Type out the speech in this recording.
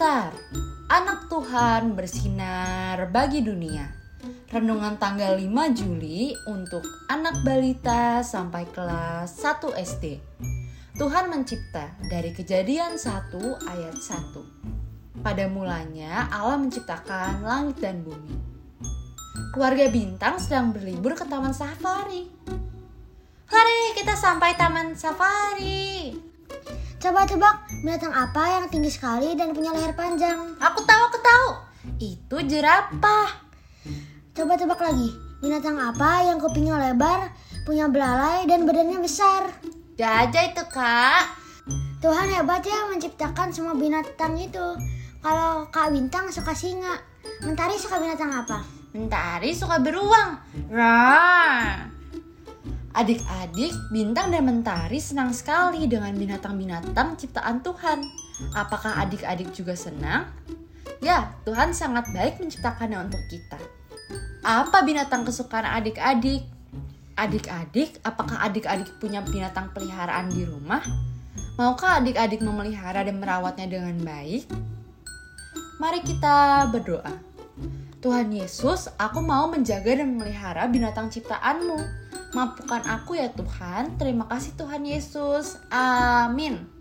besar, anak Tuhan bersinar bagi dunia. Renungan tanggal 5 Juli untuk anak balita sampai kelas 1 SD. Tuhan mencipta dari Kejadian 1 ayat 1. Pada mulanya Allah menciptakan langit dan bumi. Keluarga Bintang sedang berlibur ke taman safari. Hari kita sampai taman safari. Coba tebak binatang apa yang tinggi sekali dan punya leher panjang? Aku tahu. Itu jerapah. Coba tebak lagi, binatang apa yang kupingnya lebar, punya belalai dan badannya besar? Gajah itu, Kak. Tuhan hebat ya menciptakan semua binatang itu. Kalau Kak Bintang suka singa, Mentari suka binatang apa? Mentari suka beruang. Rar. Adik-adik, Bintang dan Mentari senang sekali dengan binatang-binatang ciptaan Tuhan. Apakah adik-adik juga senang? Ya, Tuhan sangat baik menciptakannya untuk kita. Apa binatang kesukaan adik-adik? Adik-adik, apakah adik-adik punya binatang peliharaan di rumah? Maukah adik-adik memelihara dan merawatnya dengan baik? Mari kita berdoa. Tuhan Yesus, aku mau menjaga dan memelihara binatang ciptaan-Mu. Mampukan aku ya Tuhan. Terima kasih Tuhan Yesus. Amin.